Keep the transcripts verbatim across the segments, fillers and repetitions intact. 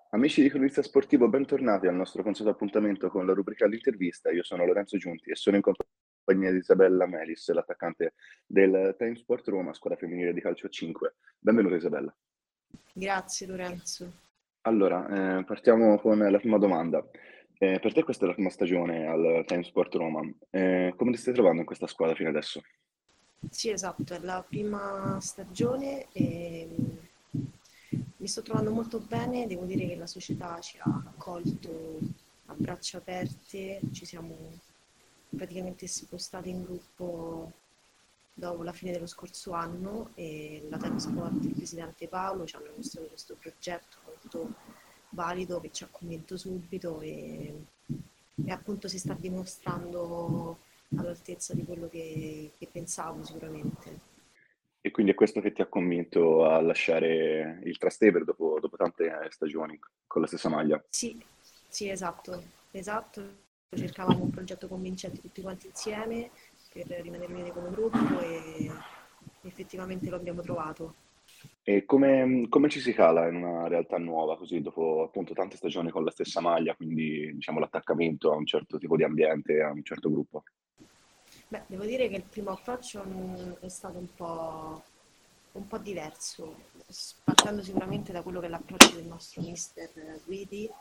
Amici di Cronista Sportivo, bentornati al nostro consueto appuntamento con la rubrica all'intervista. Io sono Lorenzo Giunti e sono in compagnia di Isabella Melis, l'attaccante del Time Sport Roma, squadra femminile di calcio a cinque. Benvenuta Isabella. Grazie Lorenzo. Allora, eh, partiamo con la prima domanda. Eh, per te questa è la prima stagione al Time Sport Roma. Eh, come ti stai trovando in questa squadra fino adesso? Sì, esatto, è la prima stagione e mm, mi sto trovando molto bene, devo dire che la società ci ha accolto a braccia aperte, ci siamo praticamente spostati in gruppo dopo la fine dello scorso anno e la Time Sport, il presidente Paolo, ci hanno mostrato questo progetto molto valido che ci ha convinto subito e, e appunto si sta dimostrando all'altezza di quello che, che pensavo sicuramente. E quindi è questo che ti ha convinto a lasciare il Trastevere dopo, dopo tante stagioni con la stessa maglia? Sì, sì, esatto, esatto. Cercavamo un progetto convincente tutti quanti insieme per rimanere uniti come gruppo e effettivamente lo abbiamo trovato. E come, come ci si cala in una realtà nuova, così dopo appunto tante stagioni con la stessa maglia, quindi diciamo l'attaccamento a un certo tipo di ambiente, a un certo gruppo? Beh, devo dire che il primo approccio mm, è stato un po', un po' diverso, s- partendo sicuramente da quello che è l'approccio del nostro mister Guidi,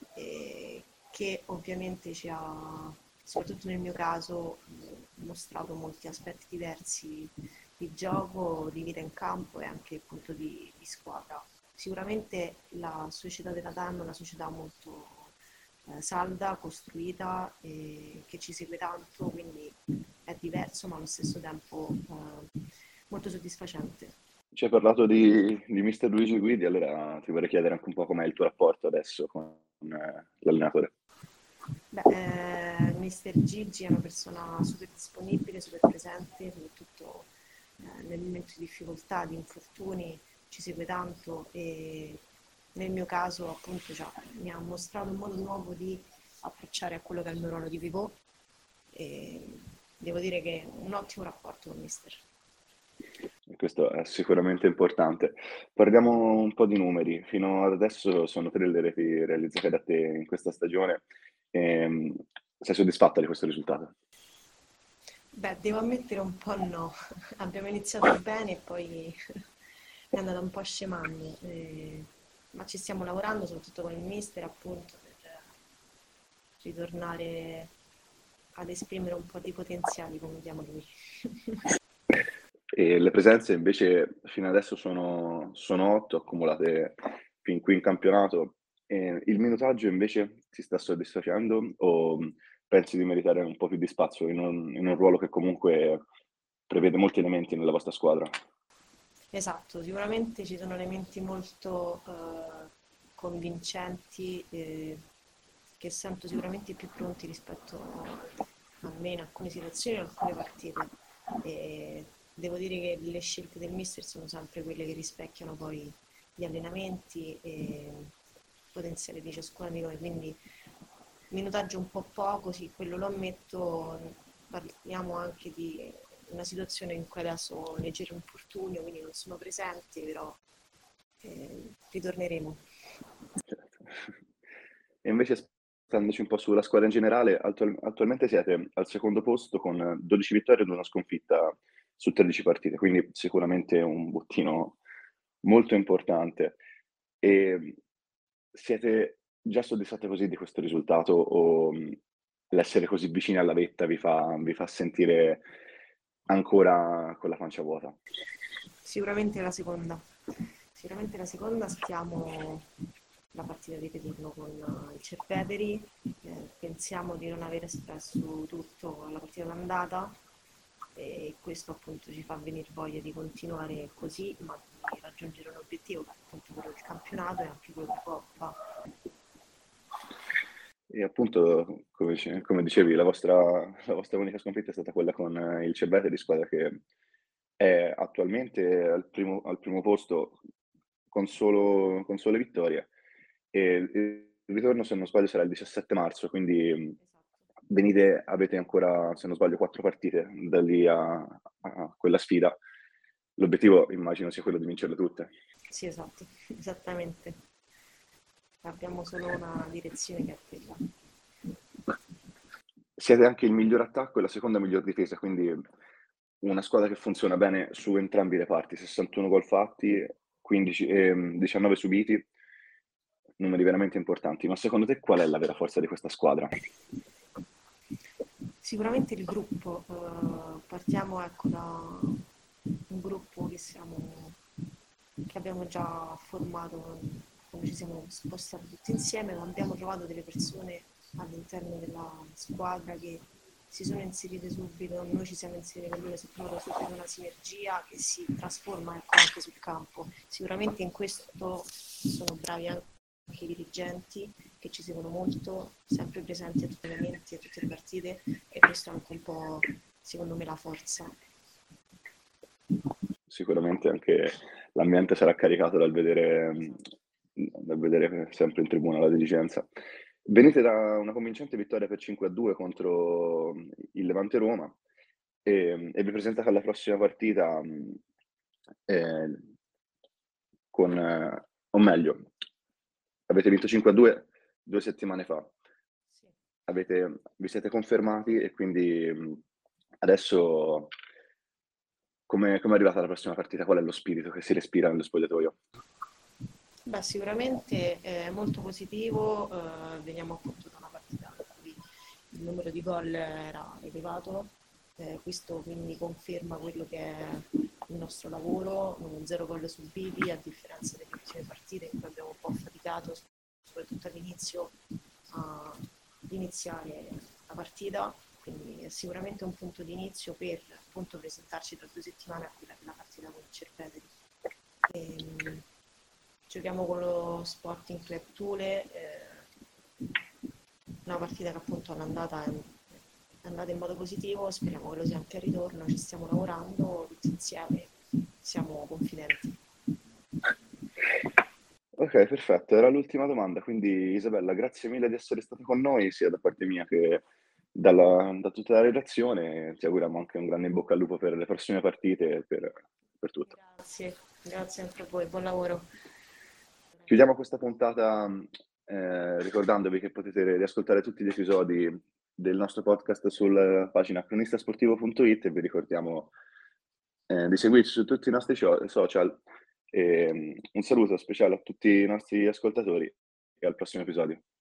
eh, che ovviamente ci ha, soprattutto nel mio caso, mh, mostrato molti aspetti diversi di gioco, di vita in campo e anche appunto di, di squadra. Sicuramente la società della T A M è una società molto eh, salda, costruita e che ci segue tanto, quindi è diverso ma allo stesso tempo eh, molto soddisfacente. Ci hai parlato di, di mister Luigi Guidi, allora ti vorrei chiedere anche un po' com'è il tuo rapporto adesso con eh, l'allenatore. Beh, eh, mister Gigi è una persona super disponibile, super presente, soprattutto eh, nel momento di difficoltà, di infortuni, ci segue tanto e nel mio caso appunto cioè, mi ha mostrato un modo nuovo di approcciare a quello che è il mio ruolo di pivot e devo dire che un ottimo rapporto con mister. E questo è sicuramente importante. Parliamo un po' di numeri. Fino ad adesso sono tre le reti realizzate da te in questa stagione. Ehm, sei soddisfatta di questo risultato? Beh, devo ammettere un po' no. Abbiamo iniziato bene e poi è andata un po' scemando. eh, Ma ci stiamo lavorando, soprattutto con il mister, appunto, per ritornare ad esprimere un po' di potenziali, come diamo lui. E le presenze invece fino adesso sono, sono otto accumulate fin qui in campionato. E il minutaggio invece ti sta soddisfacendo o pensi di meritare un po' più di spazio in un, in un ruolo che comunque prevede molti elementi nella vostra squadra? Esatto, sicuramente ci sono elementi molto eh, convincenti eh, che sento sicuramente più pronti rispetto a me in alcune situazioni, in alcune partite. E devo dire che le scelte del mister sono sempre quelle che rispecchiano poi gli allenamenti e il potenziale di ciascuna di noi, quindi minutaggio un po' poco, sì, quello lo ammetto, parliamo anche di una situazione in cui adesso ho un leggero infortunio, quindi non sono presente, però eh, ritorneremo. Certo. E invece spostandoci un po' sulla squadra in generale, attual- attualmente siete al secondo posto con dodici vittorie ed una sconfitta su tredici partite, quindi sicuramente un bottino molto importante. E siete già soddisfatti così di questo risultato o mh, l'essere così vicini alla vetta vi fa, vi fa sentire ancora con la pancia vuota? Sicuramente la seconda. Sicuramente la seconda stiamo la partita di ripetirlo con eh, il Cerveteri. Eh, pensiamo di non aver espresso tutto alla partita d'andata e questo appunto ci fa venire voglia di continuare così, ma di raggiungere un obiettivo che è appunto quello del campionato e anche quello di Coppa. E appunto, come, dice- come dicevi, la vostra, la vostra unica sconfitta è stata quella con eh, il Cervete di squadra che è attualmente al primo, al primo posto con solo, con sole vittorie. E il ritorno, se non sbaglio, sarà il diciassette marzo, quindi mh, Esatto. venite, avete ancora, se non sbaglio, quattro partite da lì a, a quella sfida. L'obiettivo, immagino, sia quello di vincerle tutte. Sì, esatto, esattamente. abbiamo solo una direzione che è quella. Siete anche il miglior attacco e la seconda miglior difesa, quindi una squadra che funziona bene su entrambi i reparti, sessantuno gol fatti, quindici, ehm, diciannove subiti, numeri veramente importanti. Ma secondo te qual è la vera forza di questa squadra? Sicuramente il gruppo, eh, partiamo ecco, da un gruppo che, siamo, che abbiamo già formato quando ci siamo spostati tutti insieme, ma abbiamo trovato delle persone all'interno della squadra che si sono inserite subito, noi ci siamo inseriti con loro, si è trovata subito una sinergia che si trasforma ecco, anche sul campo. Sicuramente in questo sono bravi anche i dirigenti che ci seguono molto, sempre presenti a tutti i momenti, a tutte le partite, e questo è anche un po', secondo me, la forza. Sicuramente anche l'ambiente sarà caricato dal vedere, dal vedere sempre in tribuna la dirigenza. Venite da una convincente vittoria per cinque a due contro il Levante Roma e, e vi presentate alla prossima partita eh, con, eh, o meglio, avete vinto cinque a due due settimane fa. Sì. Avete, vi siete confermati e quindi mh, adesso come, come è arrivata la prossima partita? Qual è lo spirito che si respira nello spogliatoio? Beh, sicuramente è molto positivo, eh, veniamo appunto da una partita in cui il numero di gol era elevato, eh, questo quindi conferma quello che è il nostro lavoro, zero gol subiti, a differenza delle ultime partite in cui abbiamo un po' faticato, soprattutto all'inizio, a iniziare la partita, quindi è sicuramente un punto di inizio per appunto presentarci tra due settimane a quella che è la partita con il Cerveteri. E, giochiamo con lo Sporting Club Thule, eh, una partita che appunto all'andata è, è andata in modo positivo, speriamo che lo sia anche al ritorno, ci stiamo lavorando tutti insieme, siamo confidenti. Ok, perfetto. Era l'ultima domanda, quindi Isabella, grazie mille di essere stata con noi, sia da parte mia che dalla- da tutta la redazione. Ti auguriamo anche un grande in bocca al lupo per le prossime partite e per, per tutto. Grazie, grazie anche a voi, buon lavoro. Chiudiamo questa puntata eh, ricordandovi che potete riascoltare tutti gli episodi del nostro podcast sulla pagina cronistasportivo punto it e vi ricordiamo eh, di seguirci su tutti i nostri scio- social. E, um, un saluto speciale a tutti i nostri ascoltatori e al prossimo episodio.